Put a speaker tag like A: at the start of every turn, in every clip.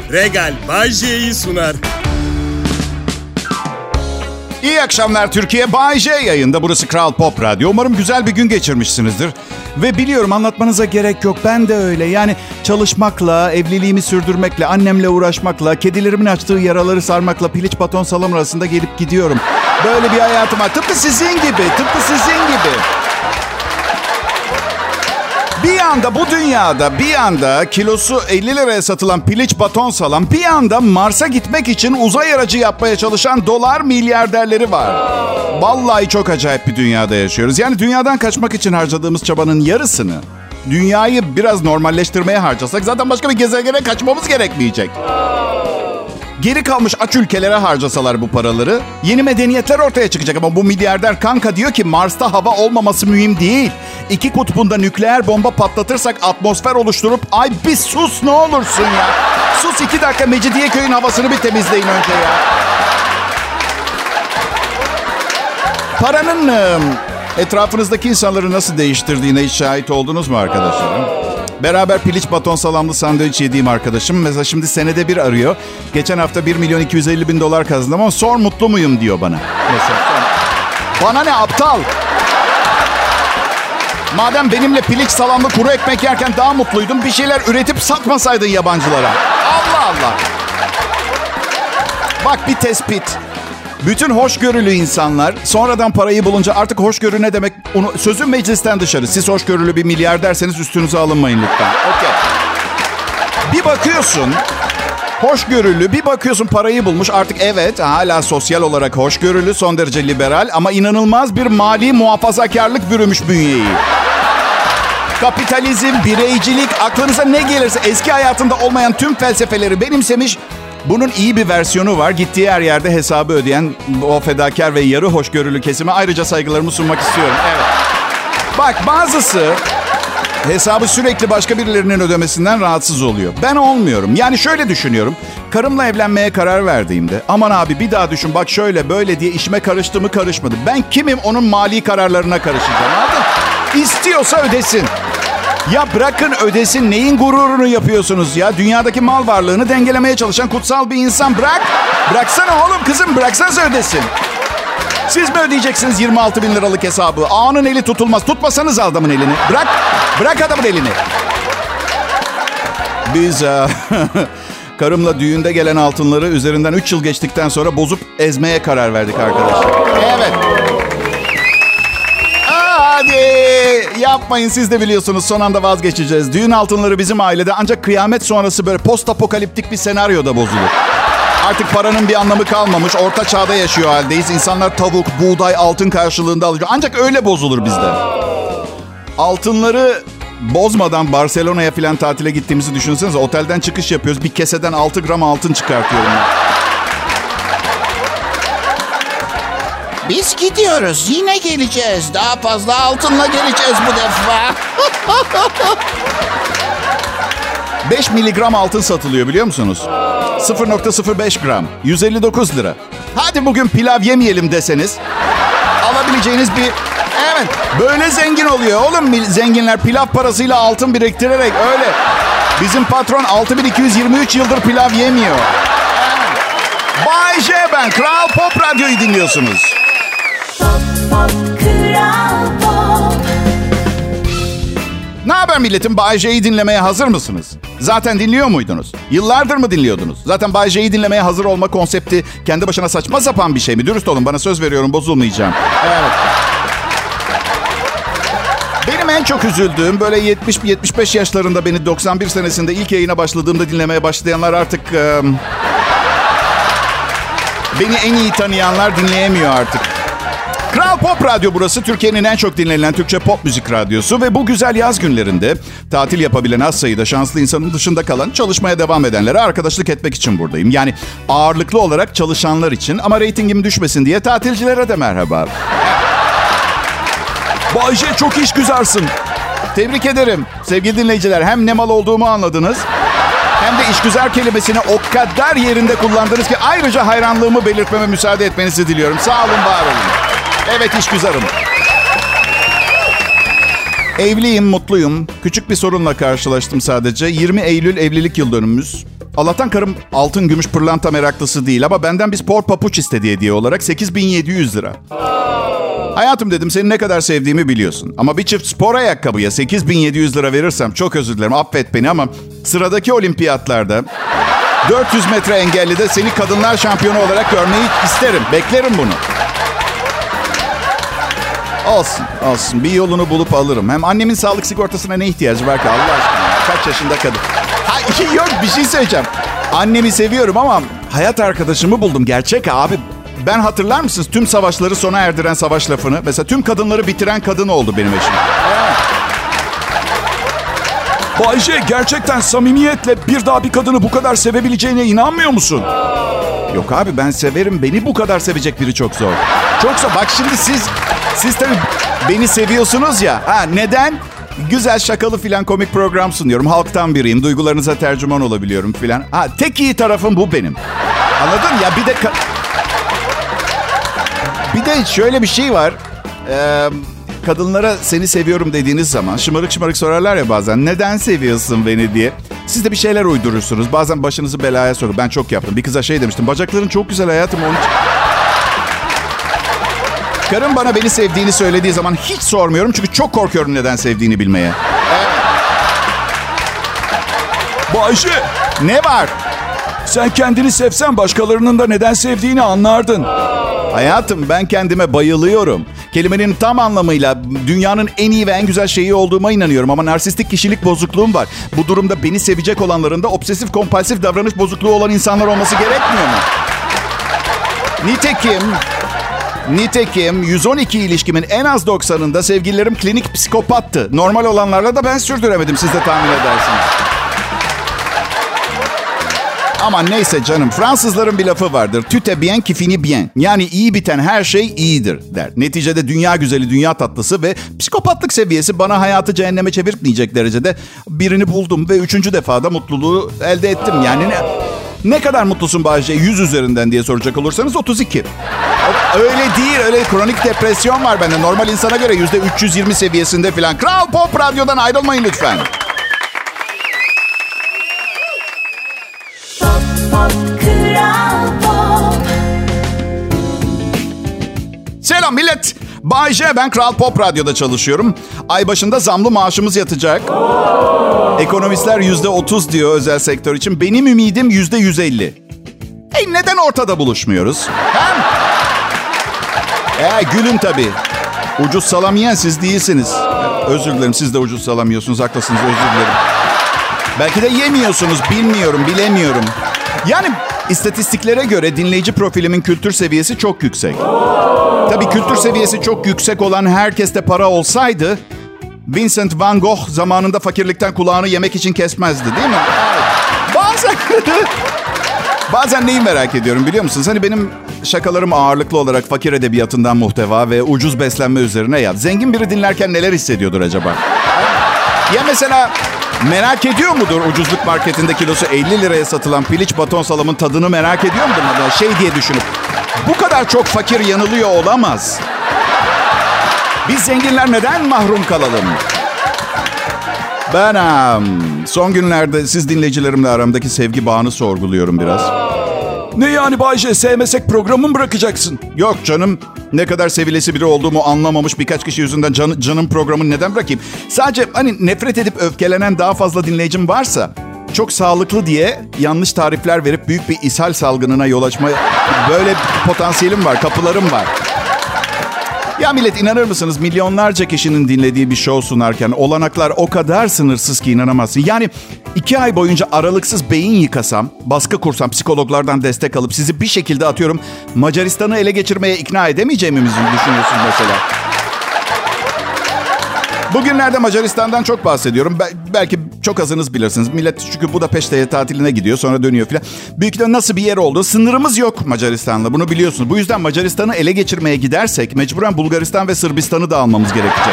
A: Regal Bay J'yi sunar.
B: İyi akşamlar Türkiye. Bay J yayında. Burası Kral Pop Radyo. Umarım güzel bir gün geçirmişsinizdir. Ve biliyorum anlatmanıza gerek yok. Ben de öyle. Yani çalışmakla, evliliğimi sürdürmekle, annemle uğraşmakla, kedilerimin açtığı yaraları sarmakla piliç baton salam arasında gelip gidiyorum. Böyle bir hayatım var. Tıpkı sizin gibi. Bir anda bu dünyada kilosu 50 liraya satılan piliç baton salam, bir anda Mars'a gitmek için uzay aracı yapmaya çalışan dolar milyarderleri var. Vallahi çok acayip bir dünyada yaşıyoruz. Yani dünyadan kaçmak için harcadığımız çabanın yarısını dünyayı biraz normalleştirmeye harcasak zaten başka bir gezegene kaçmamız gerekmeyecek. Geri kalmış aç ülkelere harcasalar bu paraları yeni medeniyetler ortaya çıkacak. Ama bu milyarder kanka diyor ki Mars'ta hava olmaması mühim değil. 2 kutbunda nükleer bomba patlatırsak atmosfer oluşturup... Ay bir sus ne olursun ya. Sus 2 dakika, Mecidiyeköy'ün havasını bir temizleyin önce ya. Paranın etrafınızdaki insanları nasıl değiştirdiğine hiç şahit oldunuz mu arkadaşlar? Beraber piliç baton salamlı sandviç yediğim arkadaşım mesela şimdi senede bir arıyor. Geçen hafta 1.250.000 dolar kazandım ama sor mutlu muyum diyor bana. Mesela. Bana ne aptal? Madem benimle piliç salamlı kuru ekmek yerken daha mutluydun, bir şeyler üretip satmasaydın yabancılara. Allah Allah. Bak bir tespit. Bütün hoşgörülü insanlar sonradan parayı bulunca artık hoşgörü ne demek? Sözün meclisten dışarı. Siz hoşgörülü bir milyarderseniz üstünüze alınmayın lütfen. Okey. Bir bakıyorsun hoşgörülü, bir bakıyorsun parayı bulmuş. Artık evet hala sosyal olarak hoşgörülü, son derece liberal ama inanılmaz bir mali muhafazakarlık bürümüş bünyeyi. Kapitalizm, bireycilik, aklınıza ne gelirse eski hayatında olmayan tüm felsefeleri benimsemiş. Bunun iyi bir versiyonu var. Gittiği her yerde hesabı ödeyen o fedakar ve yarı hoşgörülü kesime ayrıca saygılarımı sunmak istiyorum. Evet. Bak bazısı hesabı sürekli başka birilerinin ödemesinden rahatsız oluyor. Ben olmuyorum. Yani şöyle düşünüyorum. Karımla evlenmeye karar verdiğimde aman abi bir daha düşün bak şöyle böyle diye işime karıştı mı karışmadı. Ben kimim onun mali kararlarına karışacağım, anladın? İstiyorsa ödesin. Ya bırakın ödesin, neyin gururunu yapıyorsunuz ya? Dünyadaki mal varlığını dengelemeye çalışan kutsal bir insan. Bıraksana oğlum kızım, bıraksanıza ödesin. Siz mi ödeyeceksiniz 26.000 liralık hesabı? Ağanın eli tutulmaz. Tutmasanız adamın elini. Bırak adamın elini. Biz karımla düğünde gelen altınları üzerinden 3 yıl geçtikten sonra bozup ezmeye karar verdik arkadaşlar. Evet. Hadi yapmayın, siz de biliyorsunuz son anda vazgeçeceğiz. Düğün altınları bizim ailede ancak kıyamet sonrası böyle post apokaliptik bir senaryoda bozulur. Artık paranın bir anlamı kalmamış, orta çağda yaşıyor haldeyiz. İnsanlar tavuk, buğday, altın karşılığında alıyor. Ancak öyle bozulur bizde. Altınları bozmadan Barcelona'ya falan tatile gittiğimizi düşünsenize. Otelden çıkış yapıyoruz, bir keseden 6 gram altın çıkartıyorum ben. Biz gidiyoruz. Yine geleceğiz. Daha fazla altınla geleceğiz bu defa. 5 miligram altın satılıyor biliyor musunuz? 0.05 gram. 159 lira. Hadi bugün pilav yemeyelim deseniz alabileceğiniz bir... Evet. Böyle zengin oluyor oğlum. Zenginler pilav parasıyla altın biriktirerek öyle. Bizim patron 6223 yıldır pilav yemiyor. Bay J ben. Kral Pop Radyo'yu dinliyorsunuz. Ne haber milletim? Bay J'yi dinlemeye hazır mısınız? Zaten dinliyor muydunuz? Yıllardır mı dinliyordunuz? Zaten Bay J'yi dinlemeye hazır olma konsepti kendi başına saçma sapan bir şey mi? Dürüst olun, bana söz veriyorum, bozulmayacağım. Evet. Benim en çok üzüldüğüm böyle 70-75 yaşlarında beni 91 senesinde ilk yayına başladığımda dinlemeye başlayanlar artık... beni en iyi tanıyanlar dinleyemiyor artık. Kral Pop Radyo burası. Türkiye'nin en çok dinlenilen Türkçe pop müzik radyosu. Ve bu güzel yaz günlerinde tatil yapabilen az sayıda şanslı insanın dışında kalan, çalışmaya devam edenlere arkadaşlık etmek için buradayım. Yani ağırlıklı olarak çalışanlar için ama reytingim düşmesin diye tatilcilere de merhaba. Bay J çok işgüzarsın. Tebrik ederim sevgili dinleyiciler. Hem ne mal olduğumu anladınız hem de işgüzar kelimesini o kadar yerinde kullandınız ki ayrıca hayranlığımı belirtmeme müsaade etmenizi diliyorum. Sağ olun, var olun. Evet, işgüzarım. Evliyim, mutluyum. Küçük bir sorunla karşılaştım sadece. 20 Eylül evlilik yıl dönümümüz. Allah'tan karım altın, gümüş, pırlanta meraklısı değil ama benden bir spor papuç istedi hediye olarak 8.700 lira. Hayatım dedim, seni ne kadar sevdiğimi biliyorsun. Ama bir çift spor ayakkabıya 8.700 lira verirsem çok özür dilerim, affet beni ama sıradaki olimpiyatlarda 400 metre engellide seni kadınlar şampiyonu olarak görmeyi isterim. Beklerim bunu. Olsun. Bir yolunu bulup alırım. Hem annemin sağlık sigortasına ne ihtiyacı var ki Allah aşkına? Kaç yaşında kadın? Yok, bir şey söyleyeceğim. Annemi seviyorum ama hayat arkadaşımı buldum. Gerçek abi. Ben, hatırlar mısınız tüm savaşları sona erdiren savaş lafını? Mesela tüm kadınları bitiren kadın oldu benim eşim.
C: Bay J, gerçekten samimiyetle bir daha bir kadını bu kadar sevebileceğine inanmıyor musun?
B: Yok abi, ben severim. Beni bu kadar sevecek biri çok zor. Çok zor. Bak şimdi siz tabii beni seviyorsunuz ya. Neden? Güzel, şakalı filan komik program sunuyorum. Halktan biriyim. Duygularınıza tercüman olabiliyorum filan. Tek iyi tarafım bu benim. Anladın ya? Bir de şöyle bir şey var. Kadınlara seni seviyorum dediğiniz zaman şımarık sorarlar ya bazen. Neden seviyorsun beni diye. Siz de bir şeyler uydurursunuz. Bazen başınızı belaya sokun. Ben çok yaptım. Bir kıza şey demiştim. Bacakların çok güzel hayatım. Onun için... Karım bana beni sevdiğini söylediği zaman hiç sormuyorum. Çünkü çok korkuyorum neden sevdiğini bilmeye.
C: Bay J,
B: ne var?
C: sen kendini sevsen başkalarının da neden sevdiğini anlardın.
B: Hayatım, ben kendime bayılıyorum. Kelimenin tam anlamıyla dünyanın en iyi ve en güzel şeyi olduğuma inanıyorum. Ama narsistik kişilik bozukluğum var. Bu durumda beni sevecek olanların da obsesif kompulsif davranış bozukluğu olan insanlar olması gerekmiyor mu? Nitekim 112 ilişkimin en az 90'ında sevgililerim klinik psikopattı. Normal olanlarla da ben sürdüremedim, siz de tahmin edersiniz. Ama neyse canım, Fransızların bir lafı vardır. Tout est bien qui finit bien. Yani iyi biten her şey iyidir der. Neticede dünya güzeli, dünya tatlısı ve psikopatlık seviyesi bana hayatı cehenneme çevirtmeyecek derecede birini buldum. Ve 3. defada mutluluğu elde ettim. Yani ne kadar mutlusun Bahçe? 100 üzerinden diye soracak olursanız 32. Öyle değil, öyle kronik depresyon var bende. Normal insana göre %320 seviyesinde falan. Kral Pop Radyo'dan ayrılmayın lütfen. Selam millet. Bay J, ben Kral Pop Radyo'da çalışıyorum. Ay başında zamlı maaşımız yatacak. Ekonomistler %30 diyor özel sektör için. Benim ümidim %150. Neden ortada buluşmuyoruz? Gülün tabii. Ucuz salam yiyen siz değilsiniz. Özür dilerim, siz de ucuz salam yiyorsunuz. Haklısınız, özür dilerim. Belki de yemiyorsunuz, bilemiyorum. Yani istatistiklere göre dinleyici profilimin kültür seviyesi çok yüksek. Tabii kültür seviyesi çok yüksek olan herkeste para olsaydı Vincent van Gogh zamanında fakirlikten kulağını yemek için kesmezdi, değil mi? Bazen neyi merak ediyorum biliyor musunuz? Hani benim şakalarım ağırlıklı olarak fakir edebiyatından muhteva ve ucuz beslenme üzerine ya. Zengin biri dinlerken neler hissediyordur acaba? Ya mesela merak ediyor mudur ucuzluk marketinde kilosu 50 liraya satılan piliç baton salamın tadını merak ediyor mudur? Şey diye düşünüp bu kadar çok fakir yanılıyor olamaz. Biz zenginler neden mahrum kalalım? Ben son günlerde siz dinleyicilerimle aramdaki sevgi bağını sorguluyorum biraz.
C: Ne yani Bay J, sevmesek programı mı bırakacaksın?
B: Yok canım. Ne kadar sevilesi biri olduğumu anlamamış birkaç kişi yüzünden canım programını neden bırakayım? Sadece hani nefret edip öfkelenen daha fazla dinleyicim varsa çok sağlıklı diye yanlış tarifler verip büyük bir ishal salgınına yol açma böyle potansiyelim var, kapılarım var. Ya millet, inanır mısınız, milyonlarca kişinin dinlediği bir show sunarken olanaklar o kadar sınırsız ki inanamazsın. Yani 2 ay boyunca aralıksız beyin yıkasam, baskı kursam, psikologlardan destek alıp sizi bir şekilde atıyorum Macaristan'ı ele geçirmeye ikna edemeyeceğimizi düşünüyorsunuz mesela. Bugünlerde Macaristan'dan çok bahsediyorum. Belki çok azınız bilirsiniz. Millet çünkü Budapeşte'ye tatiline gidiyor, sonra dönüyor filan. Büyük de nasıl bir yer olduğu. Sınırımız yok Macaristan'la, bunu biliyorsunuz. Bu yüzden Macaristan'ı ele geçirmeye gidersek mecburen Bulgaristan ve Sırbistan'ı da almamız gerekecek.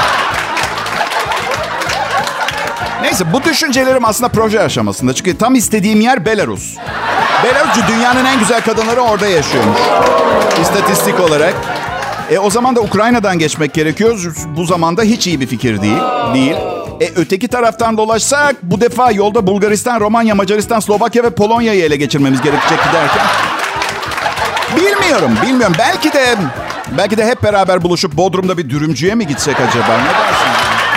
B: Neyse, bu düşüncelerim aslında proje aşamasında. Çünkü tam istediğim yer Belarus. Belarus, dünyanın en güzel kadınları orada yaşıyormuş. İstatistik olarak. O zaman da Ukrayna'dan geçmek gerekiyor. Bu zamanda hiç iyi bir fikir değil. Öteki taraftan dolaşsak bu defa yolda Bulgaristan, Romanya, Macaristan, Slovakya ve Polonya'yı ele geçirmemiz gerekecek giderken. Bilmiyorum. Belki de hep beraber buluşup Bodrum'da bir dürümcüye mi gitsek acaba? Ne dersin?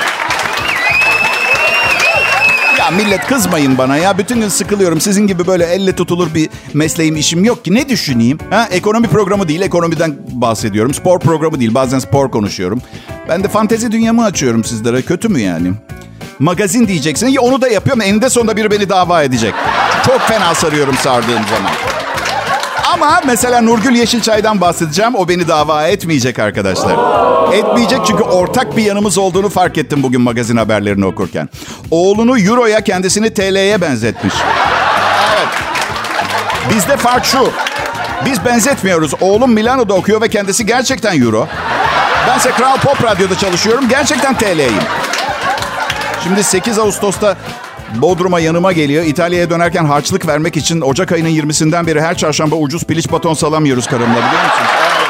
B: Ya millet kızmayın bana ya. Bütün gün sıkılıyorum. Sizin gibi böyle elle tutulur bir mesleğim, işim yok ki. Ne düşüneyim? Ekonomi programı değil, ekonomiden bahsediyorum. Spor programı değil, bazen spor konuşuyorum. Ben de fantezi dünyamı açıyorum sizlere. Kötü mü yani? Magazin diyeceksin. Ya onu da yapıyorum. Eninde sonunda biri beni dava edecek. Çok fena sarıyorum sardığım zaman. Ama mesela Nurgül Yeşilçay'dan bahsedeceğim. O beni dava etmeyecek arkadaşlar. Etmeyecek çünkü ortak bir yanımız olduğunu fark ettim bugün magazin haberlerini okurken. Oğlunu Euro'ya, kendisini TL'ye benzetmiş. Evet. Bizde fark şu. Biz benzetmiyoruz. Oğlum Milano'da okuyor ve kendisi gerçekten Euro. Bense Kral Pop Radyo'da çalışıyorum. Gerçekten TL'yim. Şimdi 8 Ağustos'ta Bodrum'a yanıma geliyor. İtalya'ya dönerken harçlık vermek için Ocak ayının 20'sinden beri her çarşamba ucuz piliç baton salamıyoruz karımla, biliyor musun?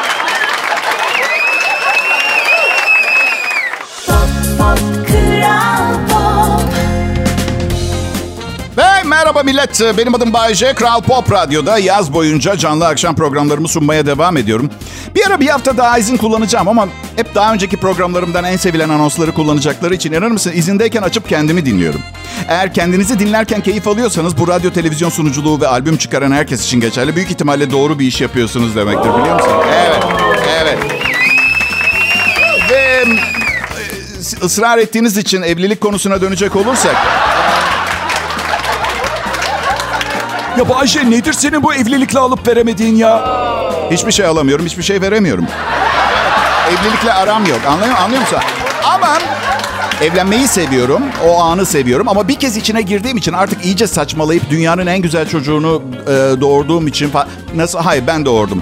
B: Hey, merhaba millet. Benim adım Bay J. Kral Pop Radyo'da yaz boyunca canlı akşam programlarımı sunmaya devam ediyorum. Bir hafta daha izin kullanacağım ama hep daha önceki programlarımdan en sevilen anonsları kullanacakları için, inanır mısın, izindeyken açıp kendimi dinliyorum. Eğer kendinizi dinlerken keyif alıyorsanız bu radyo, televizyon sunuculuğu ve albüm çıkaran herkes için geçerli. Büyük ihtimalle doğru bir iş yapıyorsunuz demektir, biliyor musun? Evet. Ve ısrar ettiğiniz için evlilik konusuna dönecek olursak...
C: Ya Bayce, nedir senin bu evlilikle alıp veremediğin ya?
B: Hiçbir şey alamıyorum, hiçbir şey veremiyorum. Evlilikle aram yok. Anlıyor musun? Ama evlenmeyi seviyorum, o anı seviyorum. Ama bir kez içine girdiğim için artık iyice saçmalayıp dünyanın en güzel çocuğunu doğurduğum için... Nasıl? Hayır, ben doğurdum.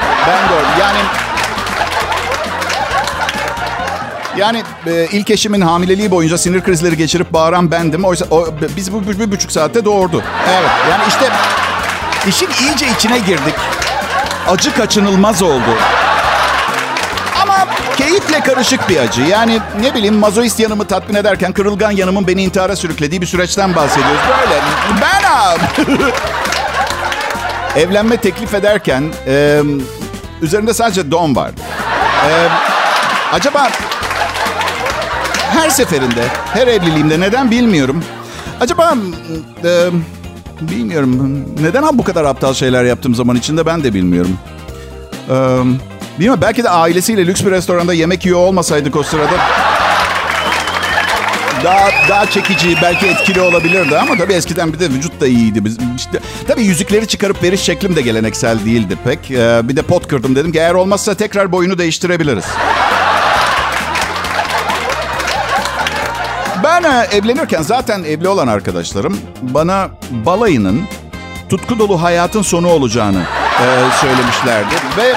B: Yani ilk eşimin hamileliği boyunca sinir krizleri geçirip bağıran bendim. Oysa biz bu 1,5 saatte doğurdu. Evet, yani işte işin iyice içine girdik. Acı kaçınılmaz oldu. Ama keyifle karışık bir acı. Yani ne bileyim, mazoist yanımı tatmin ederken kırılgan yanımın beni intihara sürüklediği bir süreçten bahsediyoruz. Böyle. Evlenme teklif ederken üzerinde sadece don vardı. Acaba her seferinde, her evliliğimde, neden bilmiyorum. Acaba bilmiyorum. Neden bu kadar aptal şeyler yaptığım zaman içinde ben de bilmiyorum. Bilmiyorum, belki de ailesiyle lüks bir restoranda yemek yiyor olmasaydık o sırada daha çekici, belki etkili olabilirdi. Ama tabii eskiden bir de vücut da iyiydi. Tabii yüzükleri çıkarıp veriş şeklim de geleneksel değildi pek. Bir de pot kırdım, dedim ki eğer olmazsa tekrar boyunu değiştirebiliriz. Ben evlenirken zaten evli olan arkadaşlarım bana balayının tutku dolu hayatın sonu olacağını söylemişlerdi. Ve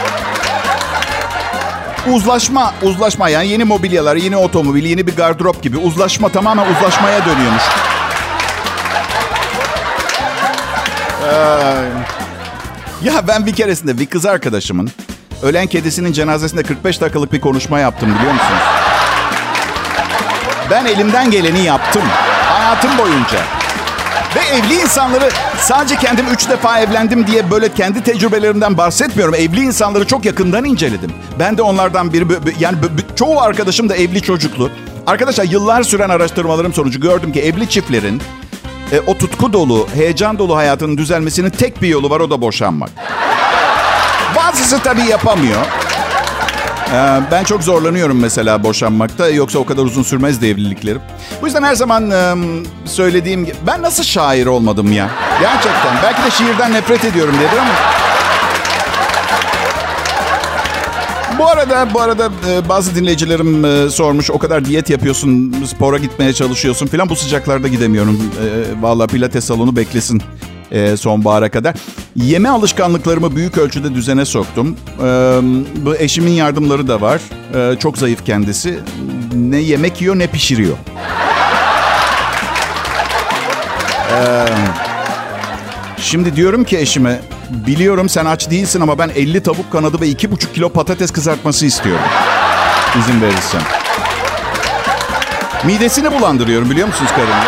B: uzlaşma yani yeni mobilyalar, yeni otomobil, yeni bir gardırop gibi uzlaşma, tamamen uzlaşmaya dönüyormuş. Ya ben bir keresinde bir kız arkadaşımın ölen kedisinin cenazesinde 45 dakikalık bir konuşma yaptım, biliyor musunuz? Ben elimden geleni yaptım hayatım boyunca. Ve evli insanları, sadece kendim 3 defa evlendim diye böyle kendi tecrübelerimden bahsetmiyorum. Evli insanları çok yakından inceledim. Ben de onlardan biri. Yani çoğu arkadaşım da evli çocuklu. Arkadaşlar, yıllar süren araştırmalarım sonucu gördüm ki evli çiftlerin o tutku dolu, heyecan dolu hayatının düzelmesinin tek bir yolu var, o da boşanmak. Bazısı tabii yapamıyor. Ben çok zorlanıyorum mesela boşanmakta. Yoksa o kadar uzun sürmezdi evliliklerim. Bu yüzden her zaman söylediğim gibi, ben nasıl şair olmadım ya? Gerçekten. Belki de şiirden nefret ediyorum dedir ama. Bu arada bazı dinleyicilerim sormuş, o kadar diyet yapıyorsun, spora gitmeye çalışıyorsun falan, bu sıcaklarda gidemiyorum. Vallahi pilates salonu beklesin sonbahara kadar. Yeme alışkanlıklarımı büyük ölçüde düzene soktum. Bu eşimin yardımları da var. Çok zayıf kendisi. Ne yemek yiyor ne pişiriyor. Şimdi diyorum ki eşime, biliyorum sen aç değilsin ama ben 50 tavuk kanadı ve 2,5 kilo patates kızartması istiyorum. İzin verirsen. Midesini bulandırıyorum biliyor musunuz karımın?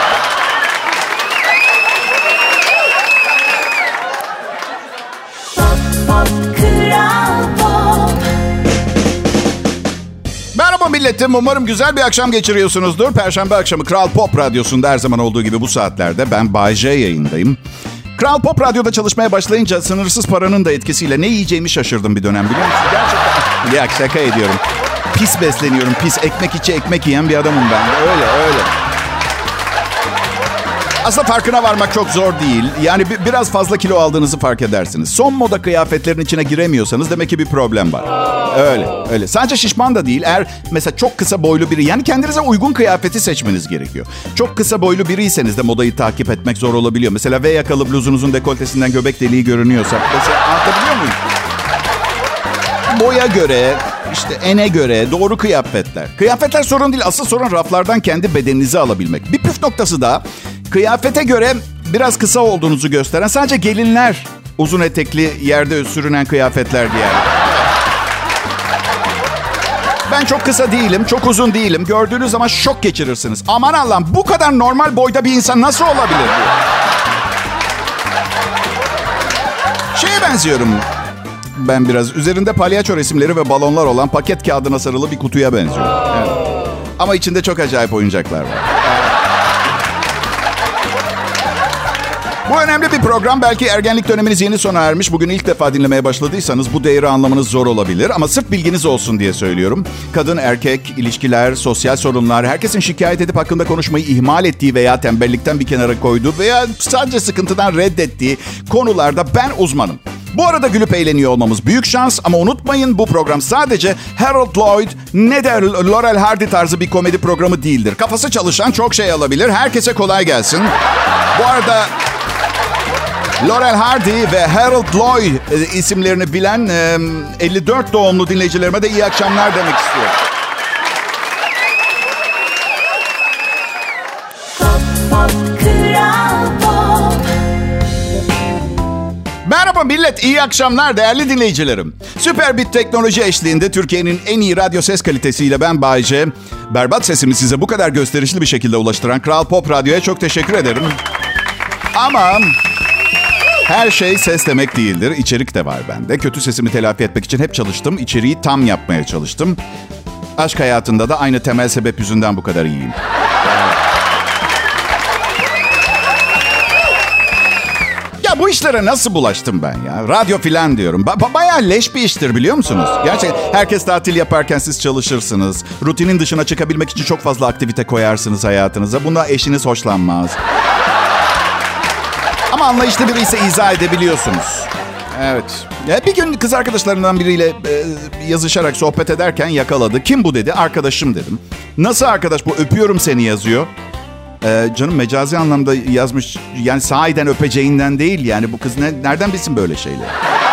B: Merhaba milletim. Umarım güzel bir akşam geçiriyorsunuzdur. Perşembe akşamı Kral Pop Radyosu'nda her zaman olduğu gibi bu saatlerde ben Bay J yayındayım. Kral Pop Radyo'da çalışmaya başlayınca sınırsız paranın da etkisiyle ne yiyeceğimi şaşırdım bir dönem biliyor musun? Gerçekten. Ya şaka ediyorum. Pis besleniyorum. Pis ekmek içi ekmek yiyen bir adamım ben de. Öyle. Aslında farkına varmak çok zor değil. Yani biraz fazla kilo aldığınızı fark edersiniz. Son moda kıyafetlerin içine giremiyorsanız demek ki bir problem var. Öyle. Sadece şişman da değil. Eğer mesela çok kısa boylu biri, yani kendinize uygun kıyafeti seçmeniz gerekiyor. Çok kısa boylu biriyseniz de modayı takip etmek zor olabiliyor. Mesela V yakalı bluzunuzun dekoltesinden göbek deliği görünüyorsa. Mesela anlatabiliyor muyum? Boya göre, işte ene göre doğru kıyafetler. Kıyafetler sorun değil. Asıl sorun raflardan kendi bedeninizi alabilmek. Bir püf noktası da kıyafete göre biraz kısa olduğunuzu gösteren sadece gelinler uzun etekli yerde sürünen kıyafetler giyer. Ben çok kısa değilim, çok uzun değilim. Gördüğünüz zaman şok geçirirsiniz. Aman Allah'ım, bu kadar normal boyda bir insan nasıl olabilir diye. Şeye benziyorum ben biraz. Üzerinde palyaço resimleri ve balonlar olan paket kağıdına sarılı bir kutuya benziyorum. Evet. Ama içinde çok acayip oyuncaklar var. Bu önemli bir program. Belki ergenlik döneminiz yeni sona ermiş. Bugün ilk defa dinlemeye başladıysanız bu değeri anlamanız zor olabilir. Ama sırf bilginiz olsun diye söylüyorum. Kadın, erkek, ilişkiler, sosyal sorunlar, herkesin şikayet edip hakkında konuşmayı ihmal ettiği veya tembellikten bir kenara koyduğu veya sadece sıkıntıdan reddettiği konularda ben uzmanım. Bu arada gülüp eğleniyor olmamız büyük şans ama unutmayın, bu program sadece Harold Lloyd ne de Laurel Hardy tarzı bir komedi programı değildir. Kafası çalışan çok şey alabilir. Herkese kolay gelsin. Bu arada Laurel Hardy ve Harold Lloyd isimlerini bilen 54 doğumlu dinleyicilerime de iyi akşamlar demek istiyorum. Merhaba millet, iyi akşamlar değerli dinleyicilerim. Süper bir teknoloji eşliğinde Türkiye'nin en iyi radyo ses kalitesiyle ben Bay J. Berbat sesimi size bu kadar gösterişli bir şekilde ulaştıran Kral Pop Radyo'ya çok teşekkür ederim. Ama her şey ses demek değildir. İçerik de var bende. Kötü sesimi telafi etmek için hep çalıştım. İçeriği tam yapmaya çalıştım. Aşk hayatında da aynı temel sebep yüzünden bu kadar iyiyim. Ya bu işlere nasıl bulaştım ben ya? Radyo filan diyorum. Bayağı leş bir iştir biliyor musunuz? Gerçekten herkes tatil yaparken siz çalışırsınız. Rutinin dışına çıkabilmek için çok fazla aktivite koyarsınız hayatınıza. Buna eşiniz hoşlanmaz. Ama anlayışlı biri ise izah edebiliyorsunuz. Evet. Ya bir gün kız arkadaşlarından biriyle yazışarak sohbet ederken yakaladı. Kim bu dedi. Arkadaşım dedim. Nasıl arkadaş bu? Öpüyorum seni yazıyor. Canım mecazi anlamda yazmış. Yani sahiden öpeceğinden değil. Yani bu kız nereden bilsin böyle şeyleri?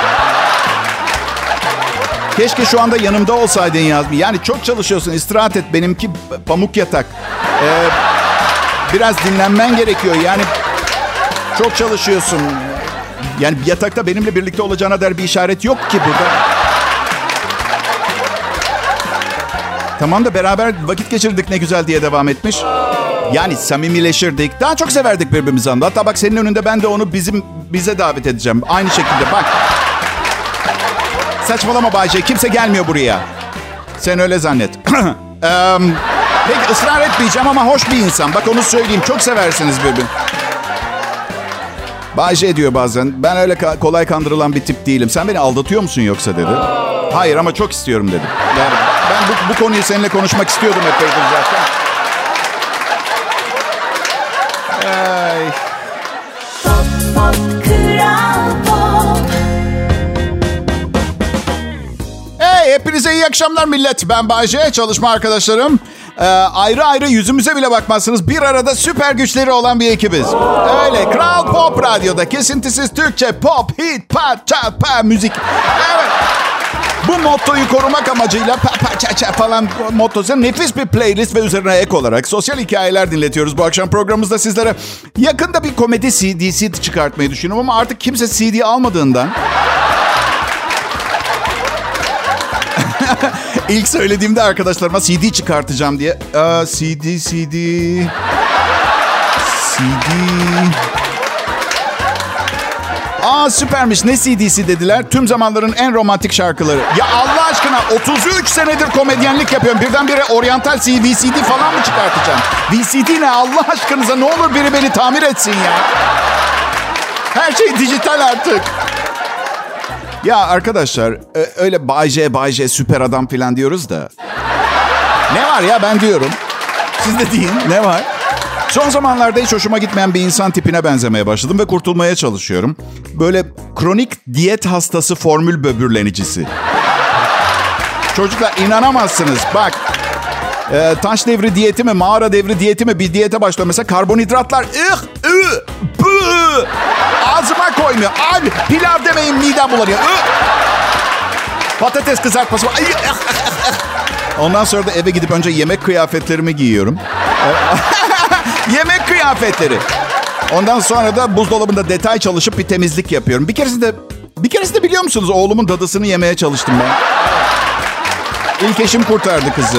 B: Keşke şu anda yanımda olsaydın yazmış. Yani çok çalışıyorsun, istirahat et. Benimki pamuk yatak. Biraz dinlenmen gerekiyor. Yani çok çalışıyorsun. Yani yatakta benimle birlikte olacağına dair bir işaret yok ki burada. Tamam da beraber vakit geçirdik ne güzel diye devam etmiş. Yani samimileşirdik. Daha çok severdik birbirimizi. Hatta bak senin önünde ben de onu bize davet edeceğim. Aynı şekilde bak. Saçmalama Bay J. Kimse gelmiyor buraya. Sen öyle zannet. Peki ısrar etmeyeceğim ama hoş bir insan. Bak onu söyleyeyim. Çok seversiniz birbirini. Bay J diyor bazen. Ben öyle kolay kandırılan bir tip değilim. Sen beni aldatıyor musun yoksa dedi. Hayır ama çok istiyorum dedi. Yani ben bu konuyu seninle konuşmak istiyordum epeydir zaten. Ay. Hey, hepinize iyi akşamlar millet. Ben Bay J, çalışma arkadaşlarım. Ayrı ayrı yüzümüze bile bakmazsınız. Bir arada süper güçleri olan bir ekibiz. Öyle Kral Pop Radyo'da kesintisiz Türkçe pop, hit, pat, çat, pa, müzik. Evet. Bu mottoyu korumak amacıyla falan mottosu nefis bir playlist ve üzerine ek olarak sosyal hikayeler dinletiyoruz. Bu akşam programımızda sizlere yakında bir komedi CD'si çıkartmayı düşünüyorum ama artık kimse CD almadığından İlk söylediğimde arkadaşlarıma CD çıkartacağım diye. CD. Süpermiş. Ne CD'si dediler? Tüm zamanların en romantik şarkıları. Ya Allah aşkına 33 senedir komedyenlik yapıyorum. Birdenbire oryantal VCD falan mı çıkartacağım? VCD ne Allah aşkınıza? Ne olur biri beni tamir etsin ya. Her şey dijital artık. Ya arkadaşlar öyle Bay J süper adam falan diyoruz da. Ne var ya ben diyorum. Siz de deyin ne var? Son zamanlarda hiç hoşuma gitmeyen bir insan tipine benzemeye başladım ve kurtulmaya çalışıyorum. Böyle kronik diyet hastası formül böbürlenicisi. Çocuklar inanamazsınız. Bak taş devri diyeti mi mağara devri diyeti mi bir diyete başlıyor. Mesela karbonhidratlar ağzıma koymuyor. Abi pilav demeyin midem bulanıyor. Patates kızartması var. Ondan sonra da eve gidip önce yemek kıyafetlerimi giyiyorum. Yemek kıyafetleri. Ondan sonra da buzdolabında detay çalışıp bir temizlik yapıyorum. Bir keresinde biliyor musunuz oğlumun dadısını yemeye çalıştım ben. İlk eşim kurtardı kızı.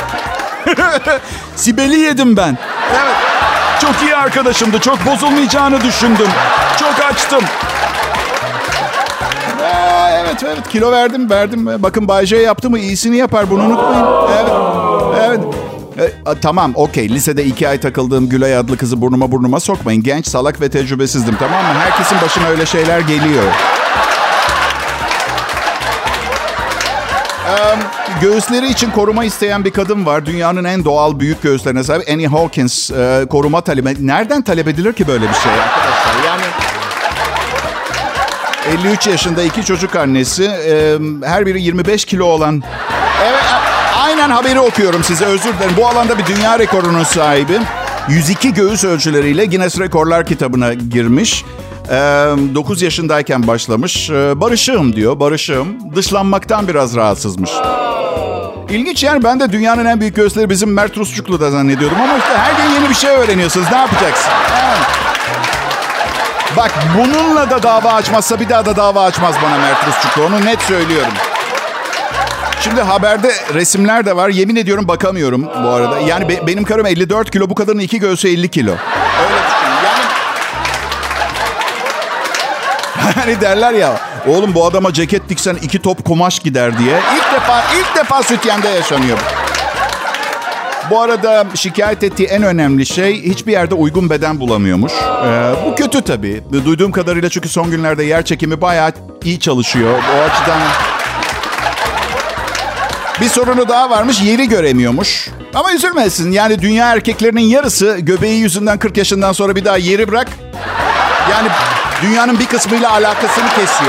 B: Sibel'i yedim ben. Evet. Çok iyi arkadaşımdı. Çok bozulmayacağını düşündüm. Çok açtım. Evet. Kilo verdim. Bakın Bay J yaptı mı iyisini yapar. Bunu unutmayın. Evet. Tamam, okey. Lisede 2 ay takıldığım Gülay adlı kızı burnuma sokmayın. Genç, salak ve tecrübesizdim, tamam mı? Herkesin başına öyle şeyler geliyor. Göğüsleri için koruma isteyen bir kadın var. Dünyanın en doğal büyük göğüslerine sahip Annie Hawkins koruma talebi. Nereden talep edilir ki böyle bir şey arkadaşlar? Yani 53 yaşında 2 çocuk annesi. Her biri 25 kilo olan. Evet, aynen haberi okuyorum size, özür dilerim. Bu alanda bir dünya rekorunun sahibi. 102 göğüs ölçüleriyle Guinness Rekorlar kitabına girmiş. 9 yaşındayken başlamış. Barışığım diyor, barışığım. Dışlanmaktan biraz rahatsızmış. İlginç yani, ben de dünyanın en büyük göğüsleri bizim Mert Rusçuklu'da zannediyordum. Ama işte her gün yeni bir şey öğreniyorsunuz. Ne yapacaksın? Bak bununla da dava açmazsa bir daha da dava açmaz bana Mert Rusçuklu. Onu net söylüyorum. Şimdi haberde resimler de var. Yemin ediyorum bakamıyorum bu arada. Yani benim karım 54 kilo. Bu kadının 2 göğsü 50 kilo. Öyle düşünün. Hani derler ya, oğlum bu adama ceket diksen 2 top kumaş gider diye. İlk defa Sütyen'de yaşanıyor. Bu arada şikayet ettiği en önemli şey, hiçbir yerde uygun beden bulamıyormuş. Bu kötü tabii. Duyduğum kadarıyla çünkü son günlerde yer çekimi bayağı iyi çalışıyor. O açıdan bir sorunu daha varmış, yeri göremiyormuş. Ama üzülmesin, yani dünya erkeklerinin yarısı göbeği yüzünden 40 yaşından sonra bir daha yeri bırak. Yani dünyanın bir kısmıyla alakasını kesiyor.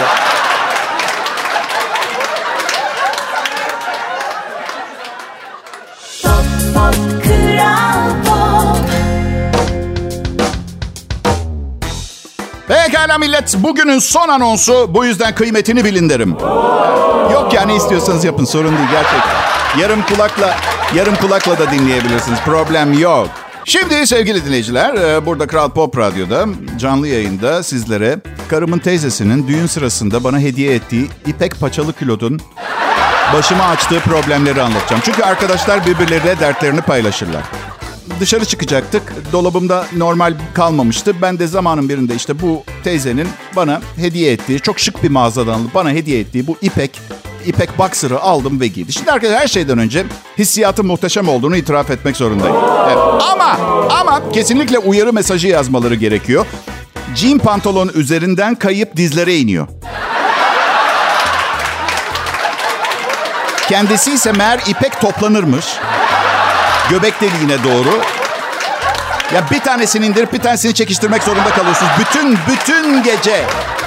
B: Pekala millet, bugünün son anonsu, bu yüzden kıymetini bilin derim. Yok ya, ne istiyorsanız yapın, sorun değil gerçekten. Yarım kulakla da dinleyebilirsiniz, problem yok. Şimdi sevgili dinleyiciler, burada Kral Pop Radyo'da canlı yayında sizlere karımın teyzesinin düğün sırasında bana hediye ettiği ipek paçalı külotun başıma açtığı problemleri anlatacağım. Çünkü arkadaşlar birbirleriyle dertlerini paylaşırlar. Dışarı çıkacaktık. Dolabımda normal kalmamıştı. Ben de zamanın birinde işte bu teyzenin bana hediye ettiği, çok şık bir mağazadan alıp bana hediye ettiği bu ipek boxer'ı aldım ve giydim. Şimdi arkadaşlar, her şeyden önce hissiyatın muhteşem olduğunu itiraf etmek zorundayım. Evet. Ama kesinlikle uyarı mesajı yazmaları gerekiyor. Jean pantolon üzerinden kayıp dizlere iniyor. Kendisi ise meğer ipek toplanırmış. Göbek deliğine doğru. Ya bir tanesini indirip bir tanesini çekiştirmek zorunda kalıyorsunuz. Bütün gece.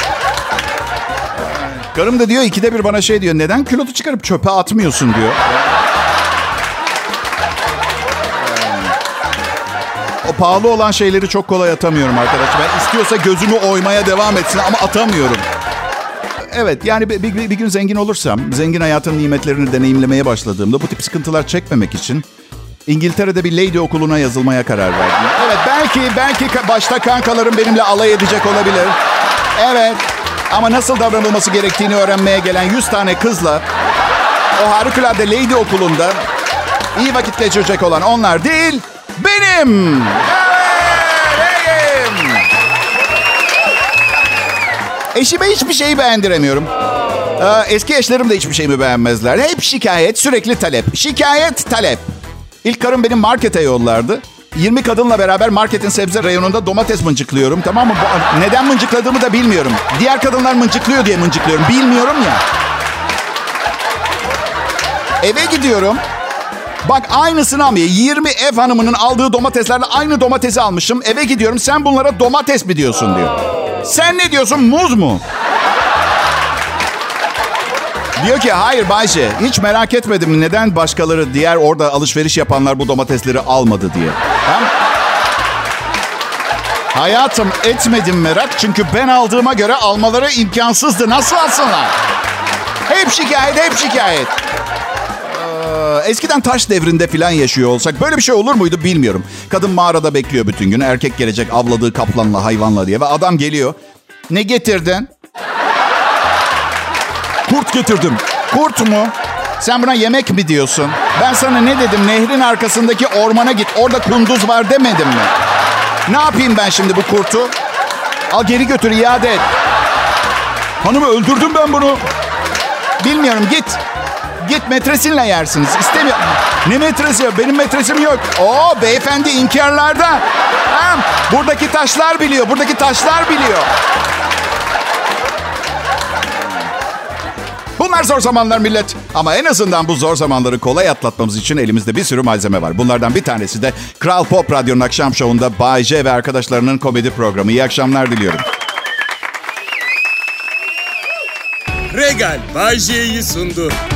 B: Karım da diyor, ikide bir bana şey diyor. Neden külotu çıkarıp çöpe atmıyorsun diyor. O pahalı olan şeyleri çok kolay atamıyorum arkadaşlar. Ben istiyorsa gözümü oymaya devam etsin ama atamıyorum. Evet, yani bir gün zengin olursam, zengin hayatın nimetlerini deneyimlemeye başladığımda bu tip sıkıntılar çekmemek için İngiltere'de bir lady okuluna yazılmaya karar verdim. Evet, belki başta kankalarım benimle alay edecek olabilir. Evet, ama nasıl davranılması gerektiğini öğrenmeye gelen 100 tane kızla o harikulade lady okulunda iyi vakit geçirecek olan onlar değil, benim. Evet, benim. Eşime hiçbir şeyi beğendiremiyorum. Eski eşlerim de hiçbir şeyimi beğenmezler. Hep şikayet, sürekli talep. Şikayet, talep. İlk karım benim markete yollardı. 20 kadınla beraber marketin sebze reyonunda domates mıncıklıyorum. Tamam mı? Neden mıncıkladığımı da bilmiyorum. Diğer kadınlar mıncıklıyor diye mıncıklıyorum. Bilmiyorum ya. Eve gidiyorum. Bak aynısını ama 20 ev hanımının aldığı domateslerle aynı domatesi almışım. Eve gidiyorum, sen bunlara domates mi diyorsun diyor. Sen ne diyorsun, muz mu? Diyor ki hayır Bayce, hiç merak etmedim neden başkaları, diğer orada alışveriş yapanlar bu domatesleri almadı diye. Ha? Hayatım, etmedim merak, çünkü ben aldığıma göre almaları imkansızdı. Nasıl alsınlar? Hep şikayet. Eskiden taş devrinde falan yaşıyor olsak böyle bir şey olur muydu bilmiyorum. Kadın mağarada bekliyor bütün gün. Erkek gelecek avladığı kaplanla, hayvanla diye. Ve adam geliyor. Ne getirdin?
C: Kurt getirdim.
B: Kurt mu? Sen buna yemek mi diyorsun? Ben sana ne dedim? Nehrin arkasındaki ormana git. Orada kunduz var demedim mi? Ne yapayım ben şimdi bu kurtu? Al geri götür, iade et.
C: Hanımı öldürdüm ben bunu.
B: Bilmiyorum, git. Git metresinle yersiniz. İstemiyorum. Ne metresi ya? Benim metresim yok. Oo, beyefendi inkarlarda. Ha, buradaki taşlar biliyor. Bunlar zor zamanlar millet. Ama en azından bu zor zamanları kolay atlatmamız için elimizde bir sürü malzeme var. Bunlardan bir tanesi de Kral Pop Radyo'nun akşam şovunda Bay J ve arkadaşlarının komedi programı. İyi akşamlar diliyorum.
A: Regal Bay J'yi sundu.